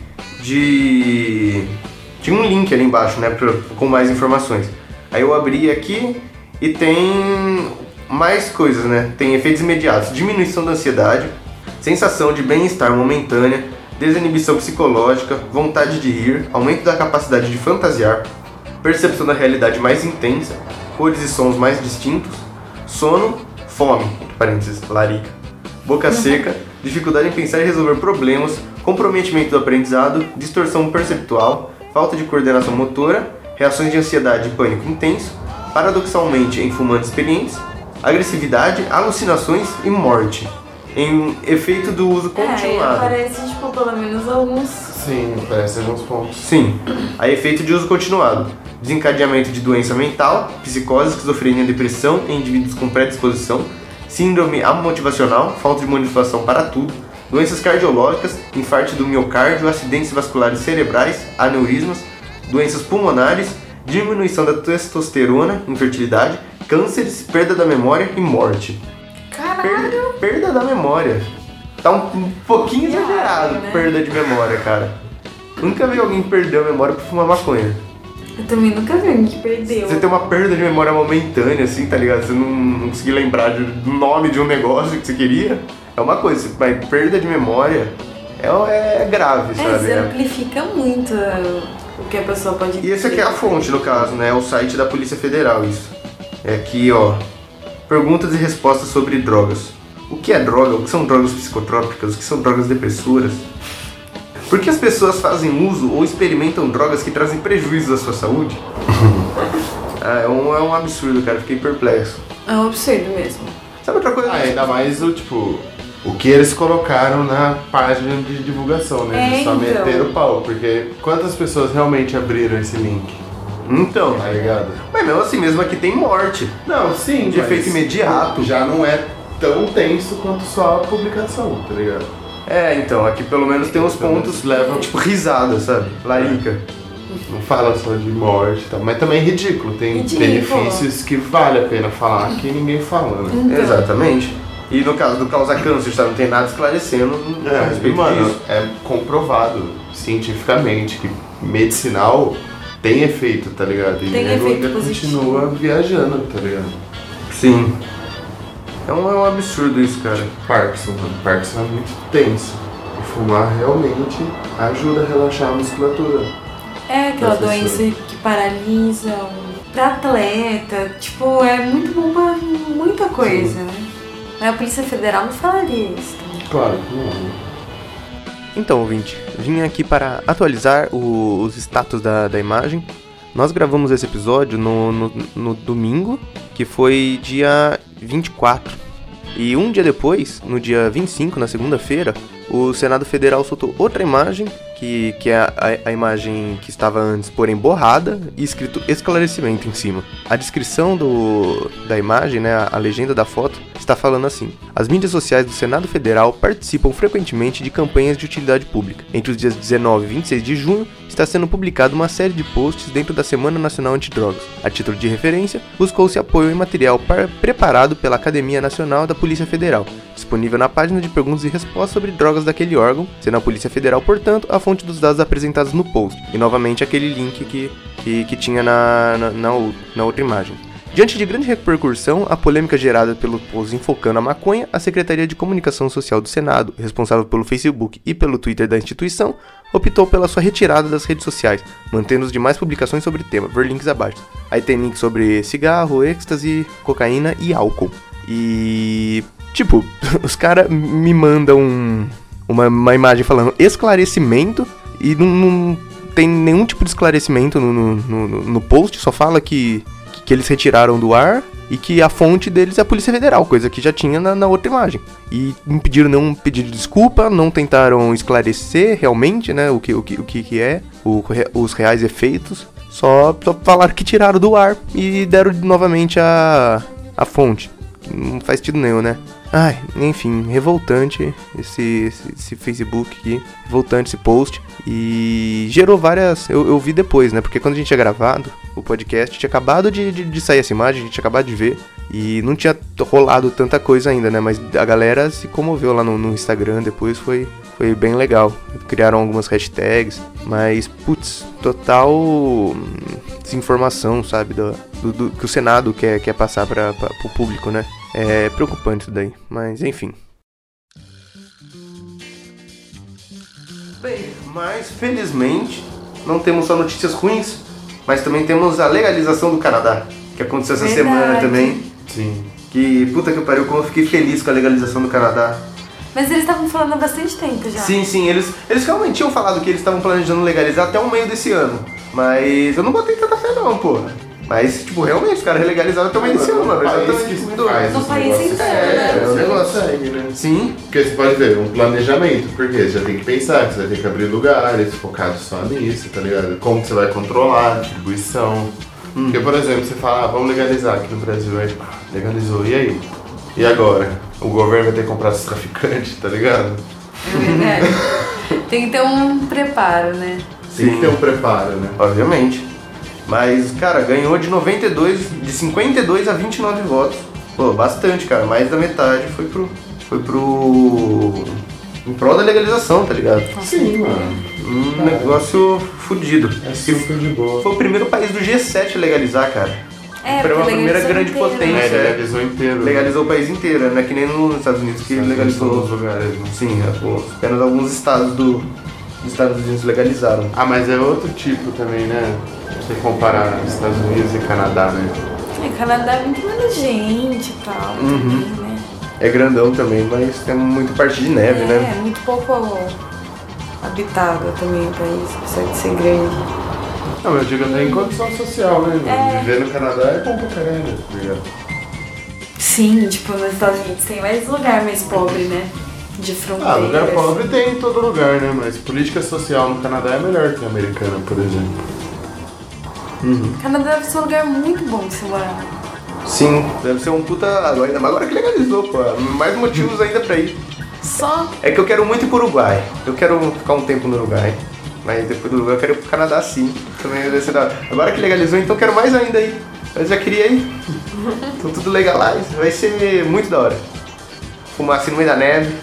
de... Tinha um link ali embaixo, né, pra, com mais informações. Aí eu abri aqui e tem mais coisas, né? Tem efeitos imediatos, diminuição da ansiedade, sensação de bem-estar momentânea, desinibição psicológica, vontade de rir, aumento da capacidade de fantasiar, percepção da realidade mais intensa, cores e sons mais distintos, sono, fome, entre parênteses, larica, boca seca, dificuldade em pensar e resolver problemas, comprometimento do aprendizado, distorção perceptual, falta de coordenação motora, reações de ansiedade e pânico intenso, paradoxalmente em fumantes experientes, agressividade, alucinações e morte, em efeito do uso É, aí continuado. aparece, tipo, pelo menos alguns. Sim, parece alguns pontos. Sim, a efeito de uso continuado. Desencadeamento de doença mental, psicose, esquizofrenia, depressão em indivíduos com predisposição, síndrome amotivacional, falta de motivação para tudo, doenças cardiológicas, infarto do miocárdio, acidentes vasculares cerebrais, aneurismas, doenças pulmonares, diminuição da testosterona, infertilidade, cânceres, perda da memória e morte. Caralho! Perda, perda da memória. Tá um, um pouquinho Viagem, exagerado, né? perda de memória, cara. Nunca vi alguém perder a memória por fumar maconha. Eu também nunca vi alguém que perdeu. Você tem uma perda de memória momentânea, assim, tá ligado? Você não, não conseguir lembrar de- do nome de um negócio que você queria, é uma coisa. Mas perda de memória é, é grave, É, sabe? você É- amplifica muito uh, o que a pessoa pode E esse aqui é a fonte, no caso, né? É o site da Polícia Federal, isso. É aqui, ó. Perguntas e respostas sobre drogas. O que é droga? O que são drogas psicotrópicas? O que são drogas depressoras? Por que as pessoas fazem uso ou experimentam drogas que trazem prejuízos à sua saúde? Ah, é, um, é um absurdo, cara. Fiquei perplexo. É um absurdo mesmo. Sabe outra coisa? Ah, ainda mais o tipo, o que eles colocaram na página de divulgação, né? Eles É, só então. meteram o pau, porque quantas pessoas realmente abriram esse link? Então, Tá ligado? mas mesmo assim, mesmo aqui tem morte. Não, sim, De mas efeito imediato. Já não é tão tenso quanto só a publicação, tá ligado? É, então, aqui pelo menos tem uns pontos, levam, tipo, risada, sabe? Larica. Não fala só de morte e tal, mas também é ridículo. Tem Ridículo. benefícios que vale a pena falar que ninguém fala, né? Então, Exatamente. E no caso do causar câncer, sabe? Não tem nada esclarecendo a É, e, respeito mano, disso. é comprovado cientificamente que medicinal tem efeito, tá ligado? E Tem nego efeito ainda positivo. continua viajando, tá ligado? Sim. É um, é um absurdo isso, cara. Parkinson, mano. Parkinson é muito tenso. E fumar realmente ajuda a relaxar a musculatura. é aquela Professor. doença que paralisa um pra atleta. Tipo, é muito bom pra muita coisa, né? Mas a Polícia Federal não falaria isso também. Claro que não. né? Então, ouvinte, vim aqui para atualizar o- os status da, da imagem. Nós gravamos esse episódio no, no, no domingo, que foi dia vinte e quatro. E um dia depois, no dia vinte e cinco, na segunda-feira, o Senado Federal soltou outra imagem que, que é a, a, a imagem que estava antes, porém borrada, e escrito esclarecimento em cima. A descrição do, da imagem, né, a, a legenda da foto, está falando assim: as mídias sociais do Senado Federal participam frequentemente de campanhas de utilidade pública. Entre os dias dezenove e vinte e seis de junho, está sendo publicada uma série de posts dentro da Semana Nacional Antidrogas. A título de referência, buscou-se apoio em material par- preparado pela Academia Nacional da Polícia Federal, disponível na página de perguntas e respostas sobre drogas daquele órgão, sendo a Polícia Federal, portanto, a fonte dos dados apresentados no post, e novamente aquele link que, que, que tinha na, na, na, na outra imagem. Diante de grande repercussão, a polêmica gerada pelo post enfocando a maconha, a Secretaria de Comunicação Social do Senado, responsável pelo Facebook e pelo Twitter da instituição, optou pela sua retirada das redes sociais, mantendo as demais publicações sobre o tema, ver links abaixo. Aí tem links sobre cigarro, êxtase, cocaína e álcool. E... tipo, os caras me mandam uma, uma imagem falando esclarecimento e não, não tem nenhum tipo de esclarecimento no, no, no, no post, só fala que, que eles retiraram do ar e que a fonte deles é a Polícia Federal, coisa que já tinha na, na outra imagem. E não pediram nenhum pedido de desculpa, não tentaram esclarecer realmente, né, o que, o que, o que é, o, os reais efeitos, só, só falaram que tiraram do ar e deram novamente a, a fonte. Não faz sentido nenhum, né? Ai, enfim, revoltante esse, esse, esse Facebook aqui, revoltante esse post, e gerou várias, eu, eu vi depois, né, porque quando a gente tinha gravado o podcast, tinha acabado de, de, de sair essa imagem, a gente tinha acabado de ver, e não tinha rolado tanta coisa ainda, né, mas a galera se comoveu lá no, no Instagram depois, foi, foi bem legal, criaram algumas hashtags, mas, putz, total desinformação, sabe, do, do, do que o Senado quer, quer passar para o público, né. É preocupante isso daí, mas enfim. Bem, mas felizmente não temos só notícias ruins, mas também temos a legalização do Canadá, que aconteceu essa Verdade. semana também. Sim. Que puta que pariu, como eu fiquei feliz com a legalização do Canadá. Mas eles estavam falando há bastante tempo já. Sim, sim, eles, eles realmente tinham falado que eles estavam planejando legalizar até o meio desse ano, mas eu não botei tanta fé não, porra. Mas, tipo, realmente, os caras legalizaram até o meio desse ano, mano. Exatamente. No país inteiro, né? É, o negócio consegue, né? Sim. Porque você pode ver, um planejamento, porque você já tem que pensar que você vai ter que abrir lugares focados só nisso, tá ligado? Como que você vai controlar a distribuição. Hum. Porque, por exemplo, você fala, ah, vamos legalizar aqui no Brasil, aí pá, legalizou, e aí? E agora? O governo vai ter que comprar esses traficantes, tá ligado? É verdade. Tem que ter um preparo, né? Tem que ter um preparo, né? Obviamente. Mas, cara, ganhou de noventa e dois, de cinquenta e dois a vinte e nove votos. Pô, bastante, cara. Mais da metade foi pro... Foi pro... em prol da legalização, tá ligado? Sim, mano. Um Cara, negócio fudido. É super de boa. Foi o primeiro país do G sete a legalizar, cara. É, Foi uma porque primeira legalizou grande inteiro, potência. né? É, legalizou inteiro. Legalizou o país inteiro, não é que nem nos Estados Unidos que Estados legalizou Unidos todos os lugares, né? Sim, é, pô, apenas alguns estados do, dos Estados Unidos legalizaram. Ah, mas é outro tipo também, né? Você comparar Estados Unidos e Canadá, né? É, Canadá é muito menos gente e tal, Uhum. também, né? É grandão também, mas tem muito parte de neve, é, né? É, muito pouco habitável também o país, apesar de ser grande. Não, eu digo até em condição social, né? É. Viver no Canadá é bom pra caralho, tá ligado? Sim, tipo, nos Estados Unidos tem mais lugar mais pobre, né? De fronteiras. Ah, lugar pobre tem em todo lugar, né? Mas política social no Canadá é melhor que a americana, por exemplo. Uhum. Canadá deve ser um lugar muito bom de se morar. Sim, deve ser um puta. Ainda mais agora que legalizou, pô. Mais motivos ainda pra ir. Só É que eu quero muito ir pro Uruguai. Eu quero ficar um tempo no Uruguai. Mas depois do Uruguai eu quero ir pro Canadá sim. Também deve ser da hora. Agora que legalizou, então eu quero mais ainda ir. Eu já queria ir. Então tudo legalize. Vai ser muito da hora. Fumar assim no meio da neve.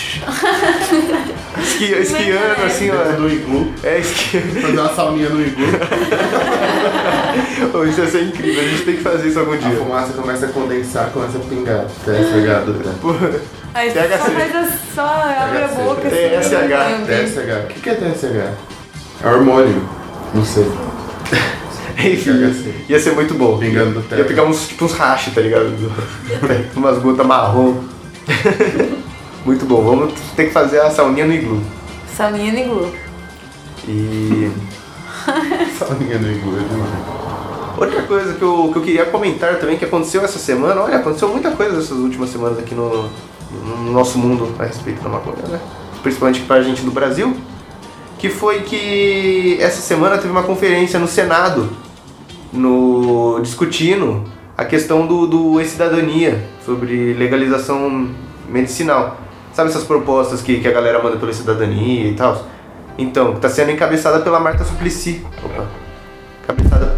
Esqui, esquiando assim, Dentro ó. do iglu. É, esquiando. Fazer uma sauninha no iglu. Ô, isso ia ser incrível. A gente tem que fazer isso algum A dia. fumaça começa a condensar, começa a pingar. T S H, né? Pô, Aí T H C. só faz a, só abre a T H C. boca assim. T S H. vai ouvir. T S H. O que que é T S H? É hormônio. Não sei. Enfim, ia ser muito bom. Pingando do Ia teto. pegar uns, tipo, uns rachos, tá ligado? Umas gotas marrom. Muito bom. Vamos ter que fazer a sauninha no iglu. Sauninha no iglu. E Sauninha no iglu, é demais. outra coisa que eu, que eu queria comentar também, que aconteceu essa semana, olha, aconteceu muita coisa essas últimas semanas aqui no, no nosso mundo a respeito da maconha, né? Principalmente pra gente do Brasil, que foi que essa semana teve uma conferência no Senado, no, discutindo a questão do, do e-cidadania, sobre legalização medicinal. Sabe essas propostas que, que a galera manda pela cidadania e tal? Então, tá sendo encabeçada pela Marta Suplicy. Opa. Encabeçada...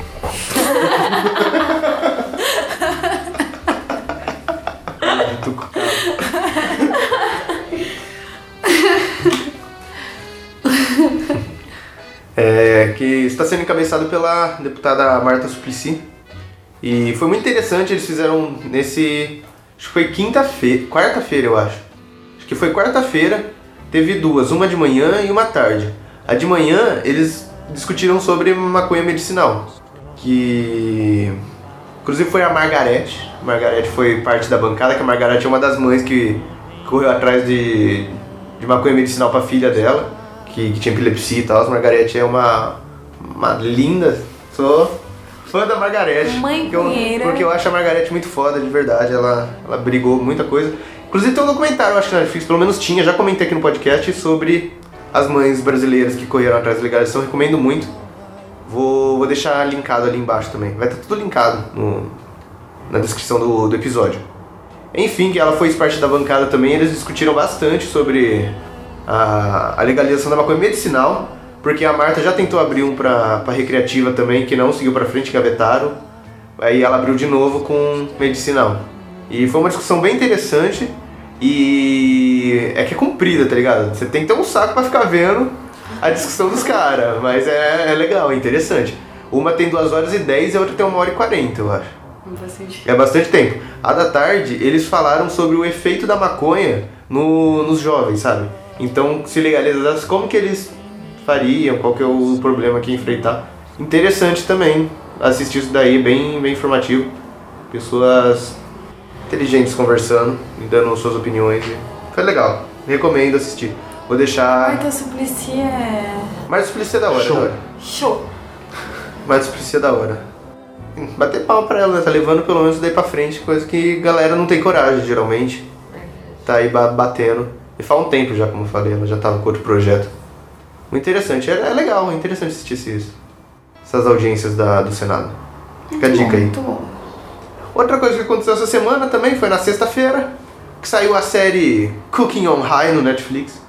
É, que está sendo encabeçado pela deputada Marta Suplicy. E foi muito interessante, eles fizeram nesse... Acho que foi quinta-feira, quarta-feira eu acho. Acho que foi quarta-feira, teve duas, uma de manhã e uma à tarde. A de manhã eles discutiram sobre maconha medicinal, que... Inclusive foi a Margarete. A Margarete foi parte da bancada, que a Margarete é uma das mães que correu atrás de, de maconha medicinal para a filha dela, que, que tinha epilepsia e tal. A Margarete é uma, uma linda, sou fã da Margarete. Mãe porque eu, porque eu acho a Margarete muito foda, de verdade. Ela, ela brigou muita coisa. Inclusive tem um documentário, eu acho que na Netflix, pelo menos tinha, já comentei aqui no podcast, sobre as mães brasileiras que correram atrás da legalização. Recomendo muito. Vou, vou deixar linkado ali embaixo também. Vai estar tudo linkado no, na descrição do, do episódio. Enfim, que ela foi parte da bancada também. Eles discutiram bastante sobre a, a legalização da maconha medicinal, porque a Marta já tentou abrir um pra, pra recreativa também, que não seguiu pra frente, gavetaram. Aí ela abriu de novo com medicinal. E foi uma discussão bem interessante. E é que é comprida, tá ligado? Você tem que ter um saco pra ficar vendo a discussão dos caras, mas é, é legal, é interessante. Uma tem duas horas e dez e a outra tem uma hora e quarenta, eu acho. Bastante. É bastante tempo. A da tarde, eles falaram sobre o efeito da maconha no, nos jovens, sabe? Então, se legalizasse, como que eles fariam, qual que é o problema que ia enfrentar. Interessante também assistir isso daí, bem, bem informativo. Pessoas inteligentes conversando e dando suas opiniões. Foi legal, recomendo assistir. Vou deixar... Marta Suplicy é... Marta Suplicy é da hora. Show. Da hora. Show. Marta Suplicy é da hora. Bater palma pra ela, né? Tá levando pelo menos daí pra frente, coisa que a galera não tem coragem, geralmente. Tá aí batendo. E faz um tempo já, como eu falei, ela já tava com outro projeto. Muito interessante, é, é legal, é interessante assistir esses, essas audiências da, do Senado. Fica a dica aí. Muito bom. Outra coisa que aconteceu essa semana também foi na sexta-feira, que saiu a série Cooking on High no Netflix.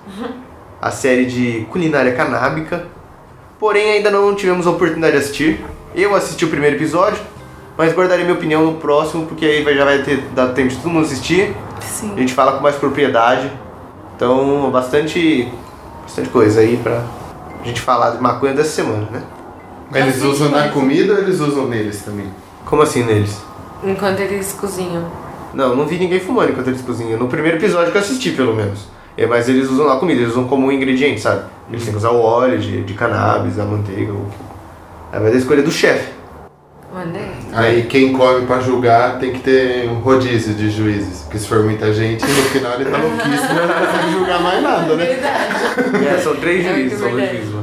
A série de culinária canábica. Porém, ainda não tivemos a oportunidade de assistir. Eu assisti o primeiro episódio, mas guardarei minha opinião no próximo, porque aí já vai ter dado tempo de todo mundo assistir. Sim. A gente fala com mais propriedade. Então, bastante, bastante coisa aí pra gente falar de maconha dessa semana, né? Eles Assiste usam na mais. comida ou eles usam neles também? Como assim neles? Enquanto eles cozinham. Não, não vi ninguém fumando enquanto eles cozinham. No primeiro episódio que eu assisti, pelo menos. É, mas eles usam lá a comida, eles usam como um ingrediente, sabe? Eles têm que usar o óleo de, de cannabis, a manteiga. O... Aí vai da escolha do chefe. Mandei. Aí quem come pra julgar tem que ter um rodízio de juízes. Porque se for muita gente, no final ele tá louquíssimo, não consegue julgar mais nada, né? Verdade. É, são três É juízes, são muito dois verdade. juízes lá.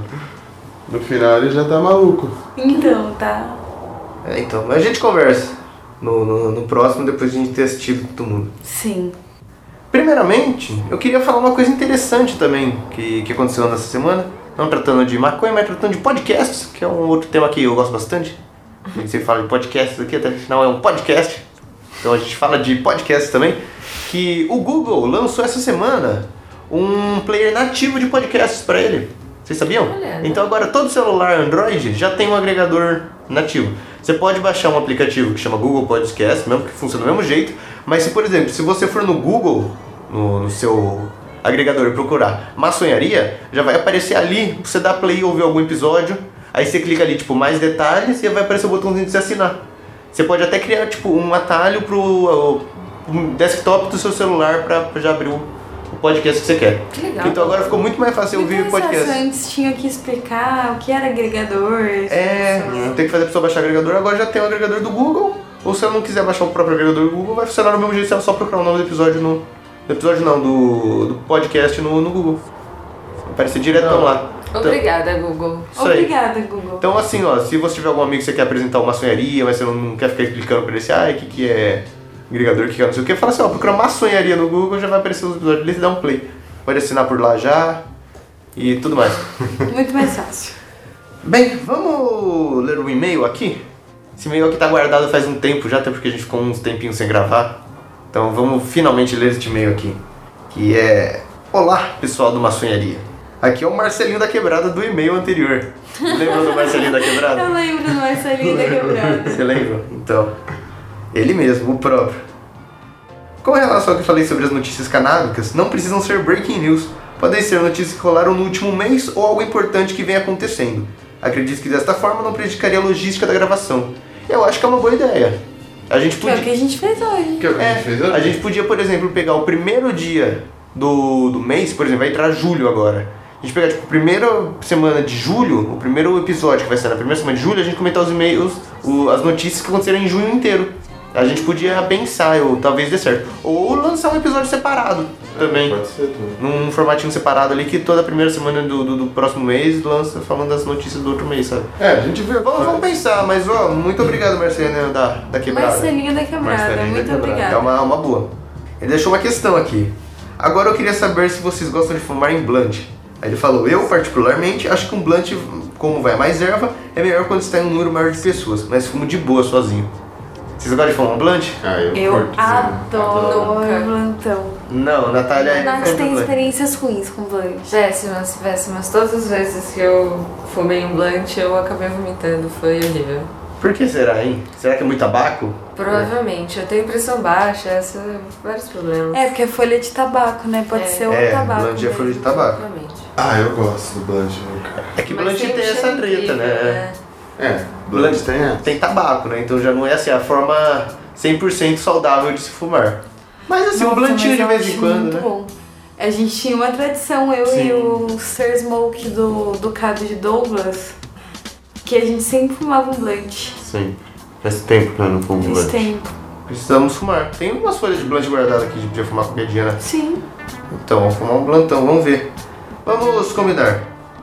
No final ele já tá maluco. Então, tá. É, então, mas a gente conversa no, no, no próximo, depois de a gente ter assistido todo mundo. Sim. Primeiramente, eu queria falar uma coisa interessante também que, que aconteceu nessa semana. Não tratando de maconha, mas tratando de podcasts, que é um outro tema que eu gosto bastante. A gente sempre fala de podcasts aqui, até afinal é um podcast. Então a gente fala de podcasts também. Que o Google lançou essa semana um player nativo de podcasts para ele. Vocês sabiam? Olha. Então agora todo celular Android já tem um agregador nativo. Você pode baixar um aplicativo que chama Google Podcast, mesmo que funciona do mesmo jeito. Mas se, por exemplo, se você for no Google, no, no seu agregador e procurar maçonharia, já vai aparecer ali, você dá play e ouvir algum episódio, aí você clica ali, tipo, mais detalhes e vai aparecer o botãozinho de você assinar. Você pode até criar, tipo, um atalho pro o, um desktop do seu celular pra já abrir o, o podcast que você quer. Que legal. Então agora ficou muito mais fácil ouvir o podcast. Antes tinha que explicar o que era agregador. É, tem que fazer a pessoa baixar o agregador, agora já tem o agregador do Google, ou se ela não quiser baixar o próprio agregador do Google, vai funcionar do mesmo jeito se ela só procurar o nome do episódio no... Do episódio não, do, do podcast no, no Google. Vai aparecer diretão lá. Então, Obrigada, Google. isso aí. Obrigada, Google. Então assim, ó, se você tiver algum amigo que você quer apresentar uma maçonharia, mas você não quer ficar explicando pra ele assim, ah, o que, que é agregador, o que, que é não sei o que, fala assim, ó, procura maçonharia no Google, já vai aparecer os episódios, beleza, dá um play. Pode assinar por lá já. e tudo mais. Muito mais fácil. Bem, vamos ler o e-mail aqui? Esse e-mail aqui tá guardado faz um tempo já, até porque a gente ficou uns tempinhos sem gravar. Então vamos finalmente ler este e-mail aqui. Que é... Olá, pessoal do Maçonharia. Aqui é o Marcelinho da Quebrada do e-mail anterior. Lembra do Marcelinho da Quebrada? Eu lembro do Marcelinho da Quebrada. Você lembra? Então, ele mesmo, o próprio. Com relação ao que falei sobre as notícias canábicas, não precisam ser breaking news. Podem ser notícias que rolaram no último mês ou algo importante que vem acontecendo. Acredito que desta forma não prejudicaria a logística da gravação. Eu acho que é uma boa ideia. A gente Que é o que podia... a gente fez hoje. Que é o que a gente fez hoje? A gente podia, por exemplo, pegar o primeiro dia do, do mês, por exemplo, vai entrar julho agora. A gente pegar, tipo, a primeira semana de julho, o primeiro episódio que vai ser na primeira semana de julho, a gente comentar os e-mails, o, as notícias que aconteceram em junho inteiro. A gente podia pensar, ou talvez dê certo. Ou lançar um episódio separado também. Pode ser tudo. Num formatinho separado ali, que toda primeira semana do, do, do próximo mês lança falando das notícias do outro mês, sabe? É, a gente vê. Vamos, vamos pensar, mas ó, muito obrigado, Marcelinho da, da Quebrada. Marcelinho da Quebrada, Marcelinho da muito Quebrada. obrigada. É uma, uma boa. Ele deixou uma questão aqui. Agora eu queria saber se vocês gostam de fumar em blunt. Aí ele falou, eu particularmente acho que um blunt, como vai mais erva, é melhor quando está em um número maior de pessoas, mas fumo de boa sozinho. Vocês gostam de fumar um blunt? Ah, eu, Eu curto, sim. adoro Nunca. plantão. Não, Natália é Nath contra tem o blunt. experiências ruins com blunt. Péssimas, péssimas. Todas as vezes que eu fumei um blunt, eu acabei vomitando. Foi horrível. Por que será, hein? Será que é muito tabaco? Provavelmente. Eu tenho pressão baixa, essa, vários problemas. É, porque é folha de tabaco, né? Pode É. ser o É, tabaco. blunt é mesmo. folha de tabaco. Provavelmente. Ah, eu gosto do blunt, cara. É que Mas blunt tem, um essa cheiro treta, incrível, né? É, Blunt blunt tem essa. Tem tabaco, né? Então já não é assim a forma cem por cento saudável de se fumar. Mas assim, um Nossa, bluntzinho mas de eu vez em acho quando, muito né? bom. A gente tinha uma tradição, eu Sim. e o Sir Smoke do, do Cado de Douglas, que a gente sempre fumava um blunt. Sim. Faz tempo que eu não fumo Faz blunt. tempo. Precisamos fumar. Tem umas folhas de blunt guardadas aqui, a gente podia fumar qualquer dia, né? Sim. Então, vamos fumar um bluntão, vamos ver. Vamos combinar.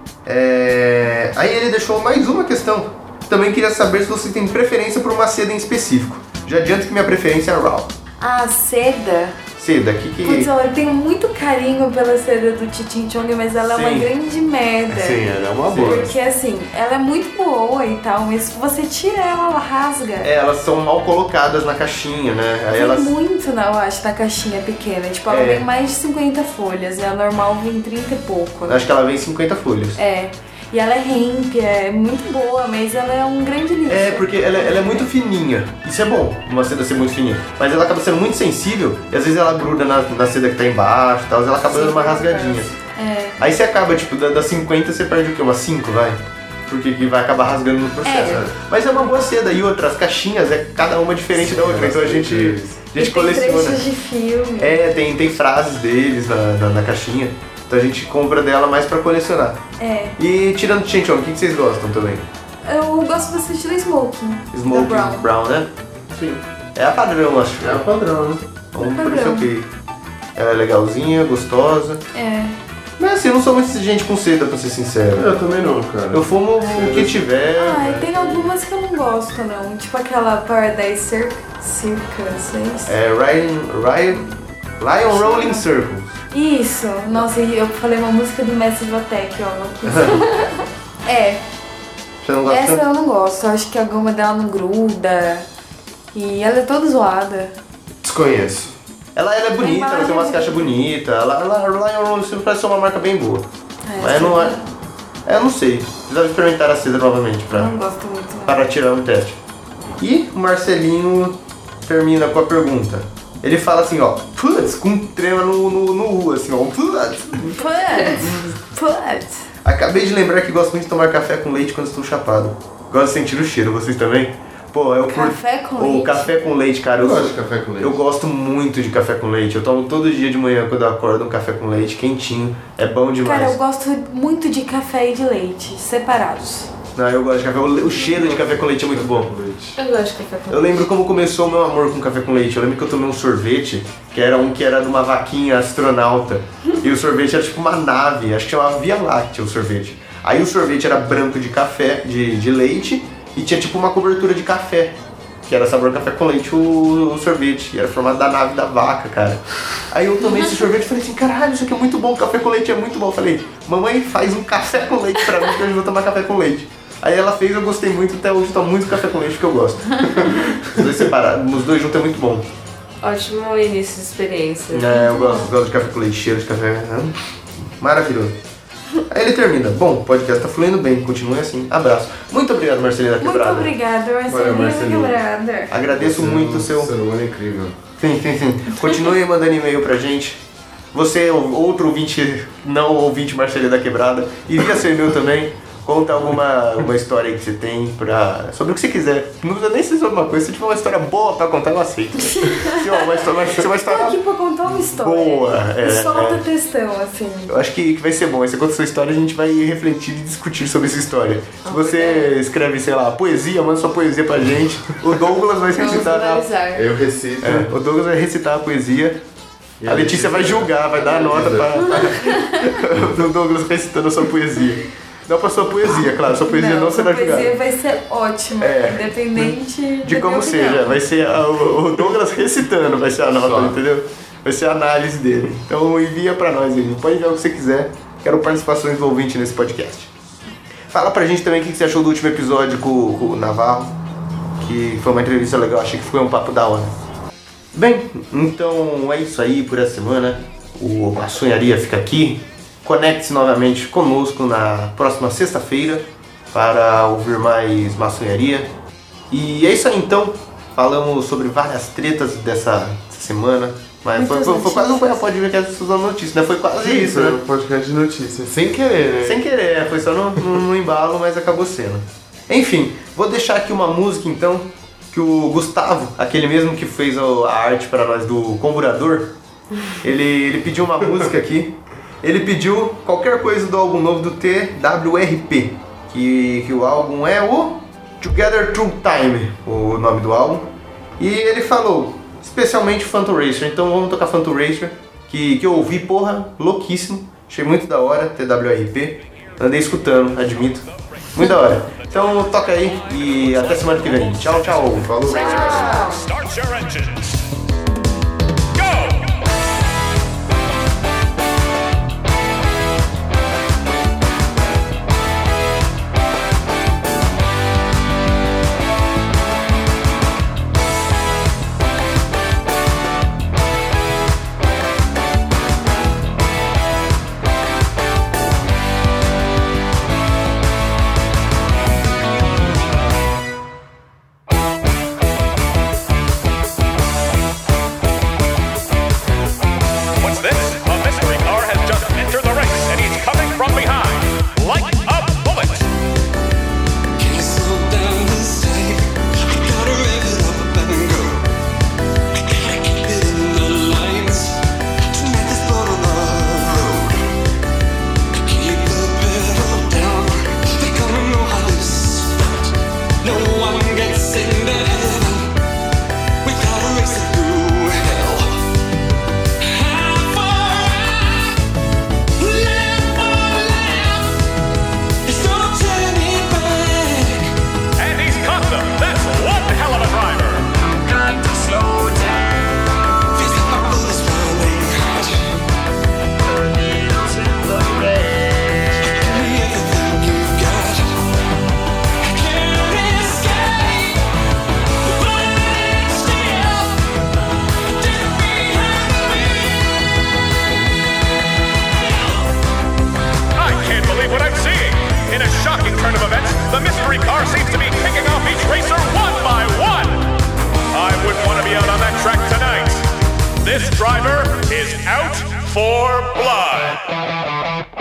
É... Aí ele deixou mais uma questão. Também queria saber se você tem preferência por uma seda em específico. Já adianto que minha preferência é raw. A seda. Seda, que que... Putz, eu tenho muito carinho pela seda do Cheech Chong, mas ela é Sim. uma grande merda. Sim, ela é uma boa. Porque assim, ela é muito boa e tal, mas se você tira ela, ela rasga. É, elas são mal colocadas na caixinha, né? Aí Tem elas... muito, não, eu acho, na caixinha pequena. Tipo, ela É. vem mais de cinquenta folhas e a normal vem trinta e pouco. Acho que ela vem em cinquenta folhas. É. E ela é hemp, é muito boa, mas ela é um grande lixo. É, porque ela, ela é muito fininha. Isso é bom, uma seda ser muito fininha. Mas ela acaba sendo muito sensível e às vezes ela gruda na, na seda que tá embaixo e tal, ela acaba Sim, dando uma verdade. rasgadinha. É. Aí você acaba, tipo, da- das cinquenta você perde o quê? Umas cinco, vai? Porque que vai acabar rasgando no processo. É. né? Mas é uma boa seda. E outra, as caixinhas é cada uma diferente da outra. Então a gente, a E gente tem coleciona. trechos de filme. É, tem, tem frases deles na, na, na caixinha. Então a gente compra dela mais pra colecionar. É. E tirando Cheech Chong, o que que vocês gostam também? Eu gosto bastante do Smoking. Smoke da Brown. Brown, né? Sim. É a padrão, acho. É o padrão, né? Vamos por padrão. isso ok. Ela é legalzinha, gostosa. É. Mas assim, eu não sou muito gente com seda, pra ser sincero. Eu também não, cara. Eu fumo o que tiver. Ah, e né? tem algumas que eu não gosto, não. Tipo aquela Paradise Cir Circus, é isso? É Ryan, Ryan, Lion Rolling Circles. Isso. Nossa, e eu falei uma música do Massive Attack, ó. aqui. É. Você não gosta Essa tanto? eu não gosto. Eu acho que a goma dela não gruda. E ela é toda zoada. Desconheço. Ela, ela é bonita, ela tem umas caixas bonitas. Ela, ela, Lion Rolling Circles parece ser uma marca bem boa. É, Mas não é. É, eu não sei. Precisava experimentar a seda novamente Eu pra, não gosto muito, não. para tirar um teste. E o Marcelinho termina com a pergunta. Ele fala assim, ó, putz, com trema no, no, no U, assim, ó, putz. Putz. Putz. Acabei de lembrar que gosto muito de tomar café com leite quando estou chapado. Gosto de sentir o cheiro, vocês também? Pô, eu curto. Café com Ô, leite? café com leite, cara. Eu Eu, gosto de café com leite. eu gosto muito de café com leite. Eu tomo todo dia de manhã quando eu acordo um café com leite, quentinho. É bom demais. Cara, eu gosto muito de café e de leite, separados. Não, eu gosto de café. O, le- o cheiro de café com leite é muito bom. Leite. Eu gosto de café com Eu lembro como começou o meu amor com café com leite. Eu lembro que eu tomei um sorvete, que era um que era de uma vaquinha astronauta. E o sorvete era tipo uma nave, acho que chamava Via Láctea o sorvete. Aí o sorvete era branco de café, de, de leite, e tinha tipo uma cobertura de café. que era sabor café com leite o, o sorvete, e era formado da nave da vaca, cara. Aí eu tomei esse sorvete e falei assim, caralho, isso aqui é muito bom, café com leite é muito bom. Eu falei, mamãe, faz um café com leite pra mim que eu vou tomar café com leite. Aí ela fez, eu gostei muito, até hoje eu tomo muito café com leite que eu gosto. Os dois separados, os dois juntos é muito bom. Ótimo início de experiência. É, eu gosto, gosto de café com leite, cheiro de café, hum, maravilhoso. Aí ele termina, bom, o podcast tá fluindo bem, continue assim, abraço. Muito obrigado, Marcelina Quebrada. Muito obrigada, Marcelina Marcelina. Quebrada. Agradeço Você é muito um o seu... ser humano incrível. Sim, sim, sim. Continue mandando e-mail pra gente. Você, outro ouvinte, não ouvinte Marcelina Quebrada, envia seu e-mail também. Conta alguma uma história aí que você tem pra... sobre o que você quiser. Não precisa nem ser sobre uma coisa. Se tiver uma história boa pra contar, eu aceito. Se ó, uma história, se uma Tô história aqui pra contar uma história. boa. É, Solta é. textão, assim. Eu acho que, que vai ser bom. Aí você conta sua história, a gente vai refletir e discutir sobre essa história. Se você escreve, sei lá, poesia, manda sua poesia pra gente. O Douglas vai Vamos recitar a... finalizar. Eu recito. É, o Douglas vai recitar a poesia. E A Letícia vai julgar, vai dar a nota pra... o Douglas recitando a sua poesia. Não pra sua poesia, claro. Sua poesia não, não será a poesia julgada. vai ser ótima, É. independente De da como minha opinião. seja, vai ser a- o o Douglas recitando, vai ser a nota, Só. entendeu? Vai ser a análise dele. Então envia pra nós aí, pode enviar o que você quiser. Quero participações do ouvinte nesse podcast. Fala pra gente também o que você achou do último episódio com, com o Navarro, que foi uma entrevista legal, achei que foi um papo da hora. Bem, então é isso aí por essa semana. O Maçonharia fica aqui. Conecte-se novamente conosco na próxima sexta-feira para ouvir mais maçonharia. E é isso aí então. Falamos sobre várias tretas dessa, dessa semana. Mas foi, Muitas foi, foi quase um notícias. pode ver que as pessoas notícias, né? Foi quase Sim, isso, foi né? um podcast de notícias. Sem querer, né? Sem querer, foi só no, no, no embalo, mas acabou sendo. Enfim, vou deixar aqui uma música então, que o Gustavo, aquele mesmo que fez a a arte para nós do Conjurador, ele, ele pediu uma música aqui. Ele pediu qualquer coisa do álbum novo do T W R P, que, que o álbum é o Together Through Time, o nome do álbum. E ele falou, especialmente Phantom Racer, então vamos tocar Phantom Racer, que, que eu ouvi, porra, louquíssimo, achei muito da hora, T W R P, andei escutando, admito, muito da hora. Então toca aí e até semana que vem. Tchau, tchau, falou. Start your engines. Go! What's this? A mystery car has just entered the race, and he's coming from behind, like a bullet. Can't slow down this day. I gotta rev it up and go. I gotta keep it in the lines to make this boat on the road. Keep the pedal down. They gonna know how this felt. No one gets into heaven. We gotta race it through hell. Half for half, left for left. There's no turning back. And he's caught them. That's one hell of a driver. Got to slow down. Feels like my blood is running hot. The needles in the red. Give me everything you've got. I can't escape. But it's still dead behind me. I can't believe what I'm seeing. In a shocking turn of events, the mystery car seems to be picking off each racer one by one. I wouldn't want to be out on that track tonight. This driver is out for blood.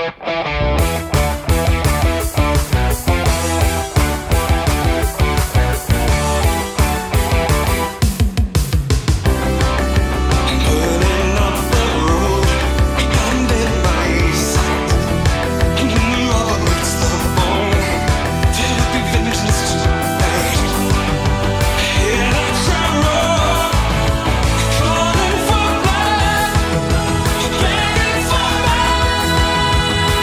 I'm burning up the road. I'm in my sight. And when the rubber meets the bone, there will be vengeance tonight. Hear that drum roll, calling for blood, begging for blood.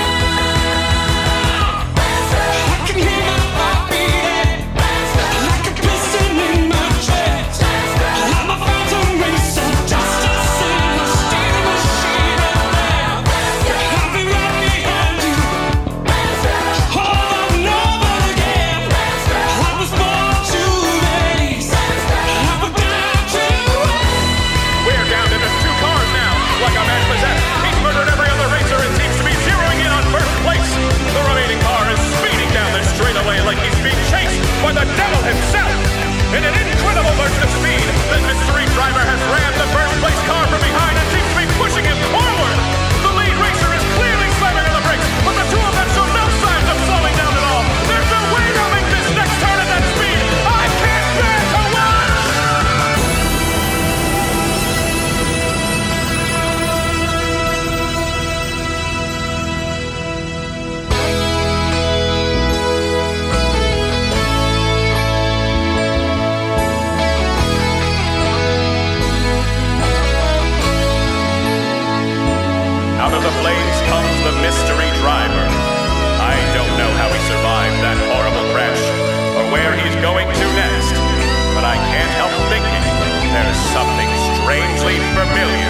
going to next, but I can't help thinking there's something strangely familiar